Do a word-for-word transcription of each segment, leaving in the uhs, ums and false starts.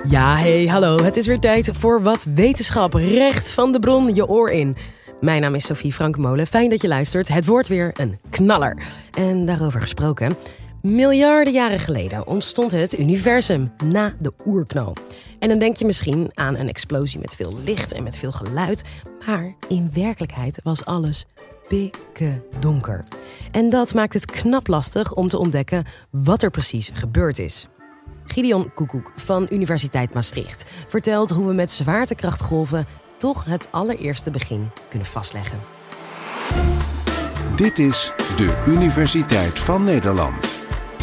Ja, hey, hallo. Het is weer tijd voor wat wetenschap. Recht van de bron, je oor in. Mijn naam is Sophie Frankenmolen. Fijn dat je luistert. Het wordt weer een knaller. En daarover gesproken. Miljarden jaren geleden ontstond het universum na de oerknal. En dan denk je misschien aan een explosie met veel licht en met veel geluid. Maar in werkelijkheid was alles pikken donker. En dat maakt het knap lastig om te ontdekken wat er precies gebeurd is. Gideon Koekoek van Universiteit Maastricht vertelt hoe we met zwaartekrachtgolven toch het allereerste begin kunnen vastleggen. Dit is de Universiteit van Nederland.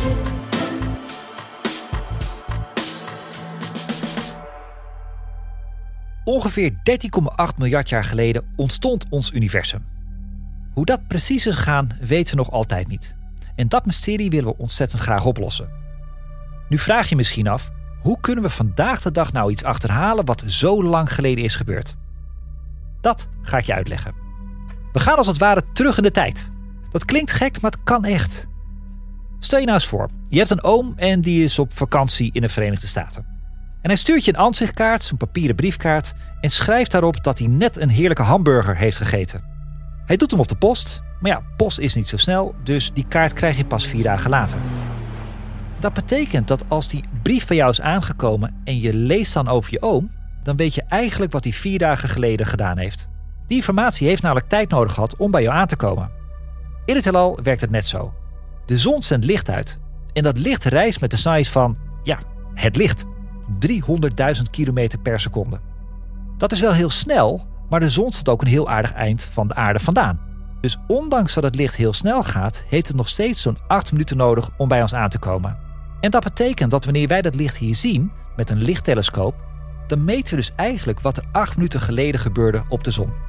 Ongeveer dertien komma acht miljard jaar geleden ontstond ons universum. Hoe dat precies is gegaan, weten we nog altijd niet. En dat mysterie willen we ontzettend graag oplossen. Nu vraag je misschien af, hoe kunnen we vandaag de dag nou iets achterhalen wat zo lang geleden is gebeurd? Dat ga ik je uitleggen. We gaan als het ware terug in de tijd. Dat klinkt gek, maar het kan echt. Stel je nou eens voor, je hebt een oom en die is op vakantie in de Verenigde Staten. En hij stuurt je een ansichtkaart, zo'n papieren briefkaart, en schrijft daarop dat hij net een heerlijke hamburger heeft gegeten. Hij doet hem op de post, maar ja, post is niet zo snel, dus die kaart krijg je pas vier dagen later. Dat betekent dat als die brief bij jou is aangekomen en je leest dan over je oom, dan weet je eigenlijk wat hij vier dagen geleden gedaan heeft. Die informatie heeft namelijk tijd nodig gehad om bij jou aan te komen. In het heelal werkt het net zo. De zon zendt licht uit en dat licht reist met de snelheid van, ja, het licht. driehonderdduizend kilometer per seconde. Dat is wel heel snel, maar de zon staat ook een heel aardig eind van de aarde vandaan. Dus ondanks dat het licht heel snel gaat, heeft het nog steeds zo'n acht minuten nodig om bij ons aan te komen. En dat betekent dat wanneer wij dat licht hier zien, met een lichttelescoop, dan meten we dus eigenlijk wat er acht minuten geleden gebeurde op de zon.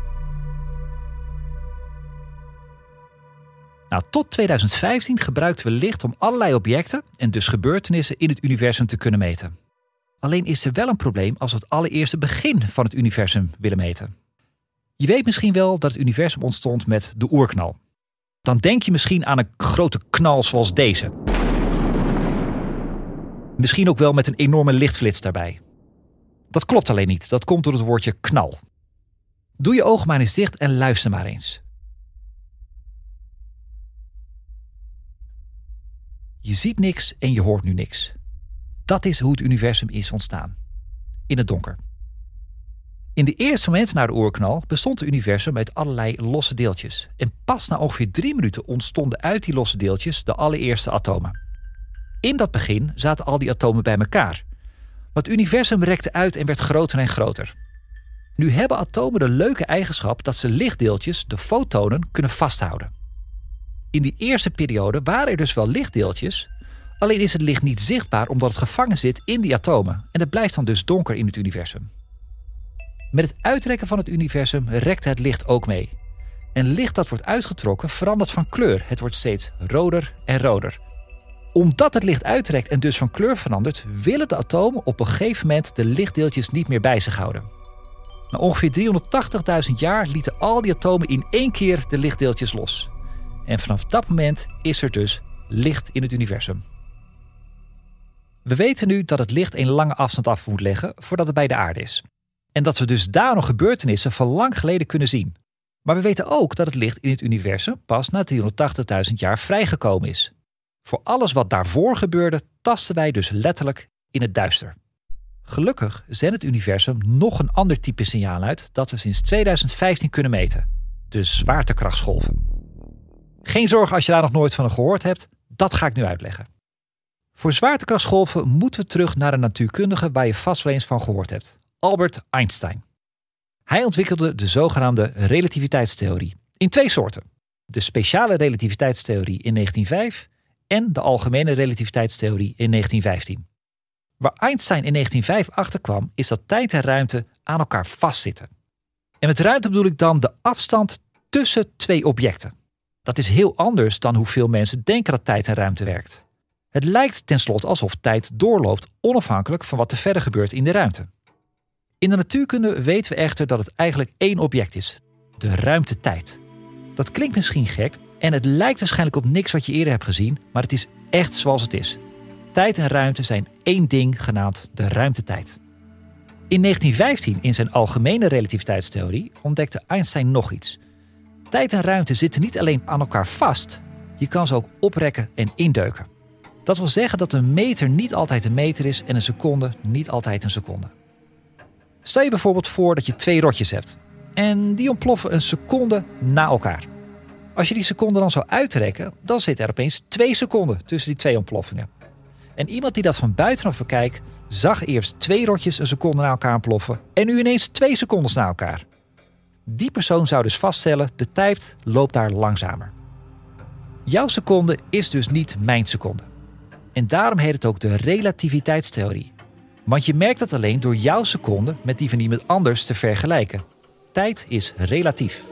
Nou, tot tweeduizend vijftien gebruikten we licht om allerlei objecten en dus gebeurtenissen in het universum te kunnen meten. Alleen is er wel een probleem als we het allereerste begin van het universum willen meten. Je weet misschien wel dat het universum ontstond met de oerknal. Dan denk je misschien aan een grote knal zoals deze. Misschien ook wel met een enorme lichtflits daarbij. Dat klopt alleen niet, dat komt door het woordje knal. Doe je ogen maar eens dicht en luister maar eens. Je ziet niks en je hoort nu niks. Dat is hoe het universum is ontstaan. In het donker. In de eerste momenten na de oerknal bestond het universum uit allerlei losse deeltjes. En pas na ongeveer drie minuten ontstonden uit die losse deeltjes de allereerste atomen. In dat begin zaten al die atomen bij elkaar. Maar het universum rekte uit en werd groter en groter. Nu hebben atomen de leuke eigenschap dat ze lichtdeeltjes, de fotonen, kunnen vasthouden. In die eerste periode waren er dus wel lichtdeeltjes, alleen is het licht niet zichtbaar omdat het gevangen zit in die atomen. En het blijft dan dus donker in het universum. Met het uitrekken van het universum rekt het licht ook mee. En licht dat wordt uitgetrokken verandert van kleur. Het wordt steeds roder en roder. Omdat het licht uitrekt en dus van kleur verandert, willen de atomen op een gegeven moment de lichtdeeltjes niet meer bij zich houden. Na ongeveer driehonderdtachtigduizend jaar lieten al die atomen in één keer de lichtdeeltjes los. En vanaf dat moment is er dus licht in het universum. We weten nu dat het licht een lange afstand af moet leggen voordat het bij de aarde is. En dat we dus daar nog gebeurtenissen van lang geleden kunnen zien. Maar we weten ook dat het licht in het universum pas na driehonderdtachtigduizend jaar vrijgekomen is. Voor alles wat daarvoor gebeurde, tasten wij dus letterlijk in het duister. Gelukkig zendt het universum nog een ander type signaal uit dat we sinds tweeduizend vijftien kunnen meten. De zwaartekrachtsgolven. Geen zorgen als je daar nog nooit van gehoord hebt, dat ga ik nu uitleggen. Voor zwaartekrachtsgolven moeten we terug naar een natuurkundige waar je vast wel eens van gehoord hebt. Albert Einstein. Hij ontwikkelde de zogenaamde relativiteitstheorie in twee soorten. De speciale relativiteitstheorie in negentien vijf en de algemene relativiteitstheorie in negentien vijftien. Waar Einstein in negentien vijf achterkwam is dat tijd en ruimte aan elkaar vastzitten. En met ruimte bedoel ik dan de afstand tussen twee objecten. Dat is heel anders dan hoe veel mensen denken dat tijd en ruimte werkt. Het lijkt tenslotte alsof tijd doorloopt onafhankelijk van wat er verder gebeurt in de ruimte. In de natuurkunde weten we echter dat het eigenlijk één object is. De ruimtetijd. Dat klinkt misschien gek en het lijkt waarschijnlijk op niks wat je eerder hebt gezien, maar het is echt zoals het is. Tijd en ruimte zijn één ding genaamd de ruimtetijd. In negentien vijftien, in zijn algemene relativiteitstheorie, ontdekte Einstein nog iets. Tijd en ruimte zitten niet alleen aan elkaar vast, je kan ze ook oprekken en indeuken. Dat wil zeggen dat een meter niet altijd een meter is en een seconde niet altijd een seconde. Stel je bijvoorbeeld voor dat je twee rotjes hebt en die ontploffen een seconde na elkaar. Als je die seconde dan zou uitrekken, dan zit er opeens twee seconden tussen die twee ontploffingen. En iemand die dat van buitenaf bekijkt, zag eerst twee rotjes een seconde na elkaar ontploffen en nu ineens twee secondes na elkaar. Die persoon zou dus vaststellen, de tijd loopt daar langzamer. Jouw seconde is dus niet mijn seconde. En daarom heet het ook de relativiteitstheorie. Want je merkt het alleen door jouw seconde met die van iemand anders te vergelijken. Tijd is relatief.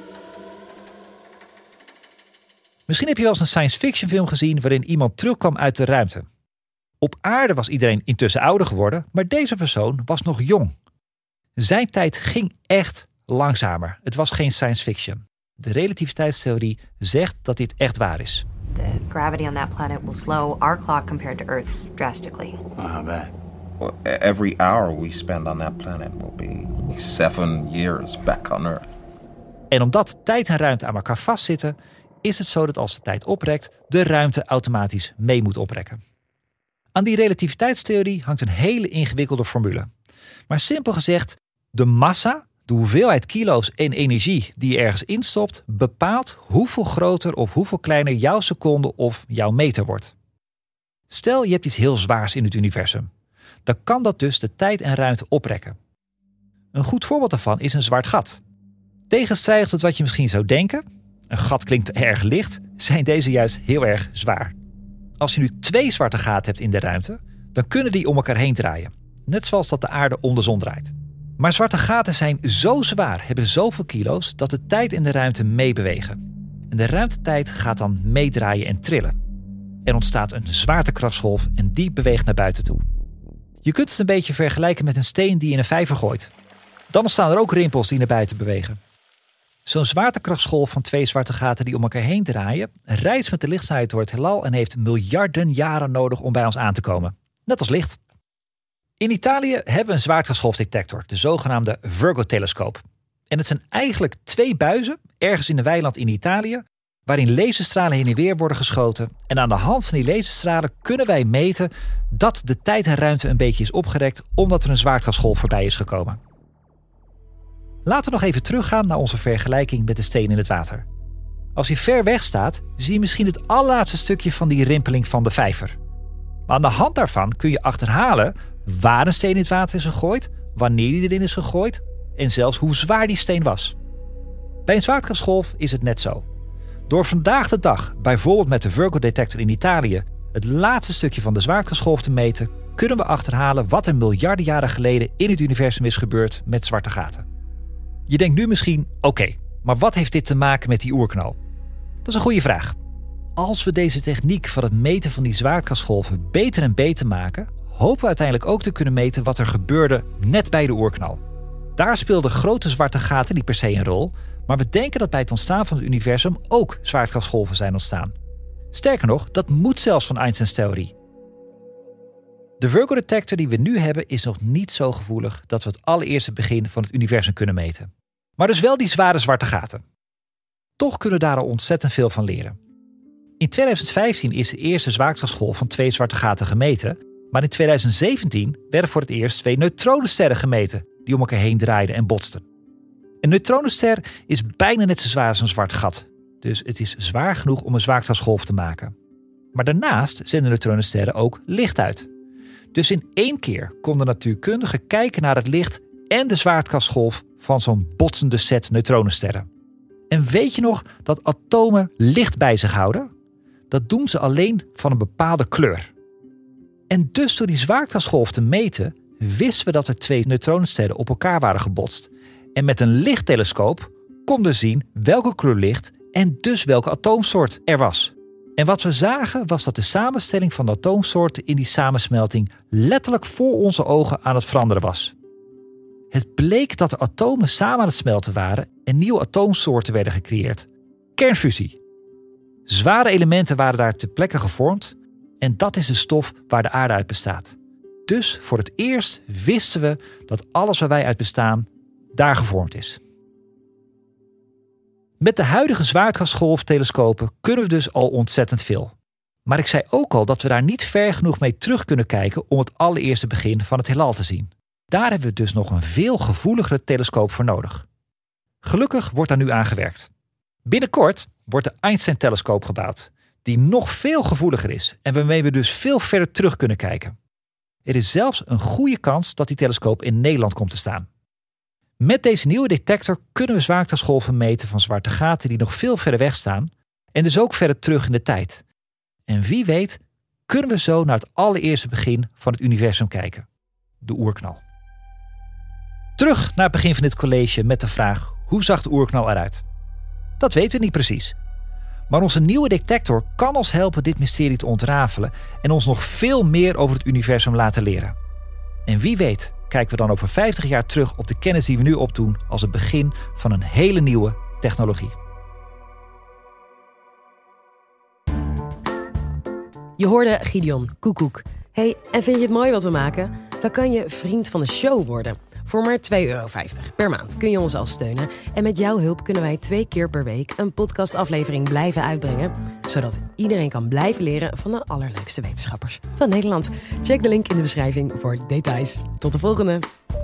Misschien heb je wel eens een science fiction film gezien waarin iemand terugkwam uit de ruimte. Op aarde was iedereen intussen ouder geworden, maar deze persoon was nog jong. Zijn tijd ging echt langzamer. Het was geen science fiction. De relativiteitstheorie zegt dat dit echt waar is. The gravity on that planet will slow our clock compared to Earth's drastically. Oh, I bet. Well, every hour we spend on that planet will be seven years back on Earth. En omdat tijd en ruimte aan elkaar vastzitten, is het zo dat als de tijd oprekt, de ruimte automatisch mee moet oprekken. Aan die relativiteitstheorie hangt een hele ingewikkelde formule. Maar simpel gezegd, de massa, de hoeveelheid kilo's en energie die je ergens instopt, bepaalt hoeveel groter of hoeveel kleiner jouw seconde of jouw meter wordt. Stel je hebt iets heel zwaars in het universum. Dan kan dat dus de tijd en ruimte oprekken. Een goed voorbeeld daarvan is een zwart gat. Tegenstrijdig tot wat je misschien zou denken, een gat klinkt erg licht, zijn deze juist heel erg zwaar. Als je nu twee zwarte gaten hebt in de ruimte, dan kunnen die om elkaar heen draaien. Net zoals dat de aarde om de zon draait. Maar zwarte gaten zijn zo zwaar, hebben zoveel kilo's, dat de tijd en de ruimte meebewegen. En de ruimtetijd gaat dan meedraaien en trillen. Er ontstaat een zwaartekrachtsgolf en die beweegt naar buiten toe. Je kunt het een beetje vergelijken met een steen die je in een vijver gooit. Dan ontstaan er ook rimpels die naar buiten bewegen. Zo'n zwaartekrachtsgolf van twee zwarte gaten die om elkaar heen draaien, reist met de lichtsnelheid door het heelal en heeft miljarden jaren nodig om bij ons aan te komen. Net als licht. In Italië hebben we een zwaartekrachtsgolfdetector, de zogenaamde Virgo-telescoop. En het zijn eigenlijk twee buizen, ergens in een weiland in Italië, waarin laserstralen heen en weer worden geschoten. En aan de hand van die laserstralen kunnen wij meten dat de tijd en ruimte een beetje is opgerekt, omdat er een zwaartekrachtsgolf voorbij is gekomen. Laten we nog even teruggaan naar onze vergelijking met de steen in het water. Als je ver weg staat, zie je misschien het allerlaatste stukje van die rimpeling van de vijver. Maar aan de hand daarvan kun je achterhalen waar een steen in het water is gegooid, wanneer die erin is gegooid en zelfs hoe zwaar die steen was. Bij een zwaartekrachtsgolf is het net zo. Door vandaag de dag, bijvoorbeeld met de Virgo-detector in Italië, het laatste stukje van de zwaartekrachtsgolf te meten, kunnen we achterhalen wat er miljarden jaren geleden in het universum is gebeurd met zwarte gaten. Je denkt nu misschien, oké, okay, maar wat heeft dit te maken met die oerknal? Dat is een goede vraag. Als we deze techniek van het meten van die zwaartekrachtsgolven beter en beter maken, hopen we uiteindelijk ook te kunnen meten wat er gebeurde net bij de oerknal. Daar speelden grote zwarte gaten niet per se een rol, maar we denken dat bij het ontstaan van het universum ook zwaartekrachtsgolven zijn ontstaan. Sterker nog, dat moet zelfs van Einsteins theorie. De Virgo-detector die we nu hebben is nog niet zo gevoelig dat we het allereerste begin van het universum kunnen meten. Maar dus wel die zware zwarte gaten. Toch kunnen we daar al ontzettend veel van leren. In tweeduizend vijftien is de eerste zwaartekrachtsgolf van twee zwarte gaten gemeten, maar in tweeduizend zeventien werden voor het eerst twee neutronensterren gemeten die om elkaar heen draaiden en botsten. Een neutronenster is bijna net zo zwaar als een zwart gat, dus het is zwaar genoeg om een zwaartekrachtsgolf te maken. Maar daarnaast zenden neutronensterren ook licht uit. Dus in één keer konden natuurkundigen kijken naar het licht en de zwaartekrachtsgolf van zo'n botsende set neutronensterren. En weet je nog dat atomen licht bij zich houden? Dat doen ze alleen van een bepaalde kleur. En dus door die zwaartekrachtsgolf te meten, wisten we dat er twee neutronensterren op elkaar waren gebotst. En met een lichttelescoop konden we zien welke kleur licht en dus welke atoomsoort er was. En wat we zagen was dat de samenstelling van de atoomsoorten in die samensmelting letterlijk voor onze ogen aan het veranderen was. Het bleek dat de atomen samen aan het smelten waren en nieuwe atoomsoorten werden gecreëerd. Kernfusie. Zware elementen waren daar ter plekke gevormd en dat is de stof waar de aarde uit bestaat. Dus voor het eerst wisten we dat alles waar wij uit bestaan daar gevormd is. Met de huidige zwaartekrachtsgolftelescopen kunnen we dus al ontzettend veel. Maar ik zei ook al dat we daar niet ver genoeg mee terug kunnen kijken om het allereerste begin van het heelal te zien. Daar hebben we dus nog een veel gevoeligere telescoop voor nodig. Gelukkig wordt daar nu aan gewerkt. Binnenkort wordt de Einstein-telescoop gebouwd, die nog veel gevoeliger is en waarmee we dus veel verder terug kunnen kijken. Er is zelfs een goede kans dat die telescoop in Nederland komt te staan. Met deze nieuwe detector kunnen we zwaartekrachtsgolven meten van zwarte gaten die nog veel verder weg staan en dus ook verder terug in de tijd. En wie weet kunnen we zo naar het allereerste begin van het universum kijken. De oerknal. Terug naar het begin van dit college met de vraag: hoe zag de oerknal eruit? Dat weten we niet precies. Maar onze nieuwe detector kan ons helpen dit mysterie te ontrafelen en ons nog veel meer over het universum laten leren. En wie weet kijken we dan over vijftig jaar terug op de kennis die we nu opdoen als het begin van een hele nieuwe technologie. Je hoorde Gideon Koekoek. Hey, en vind je het mooi wat we maken? Dan kan je vriend van de show worden. Voor maar twee euro vijftig per maand kun je ons al steunen. En met jouw hulp kunnen wij twee keer per week een podcastaflevering blijven uitbrengen. Zodat iedereen kan blijven leren van de allerleukste wetenschappers van Nederland. Check de link in de beschrijving voor details. Tot de volgende!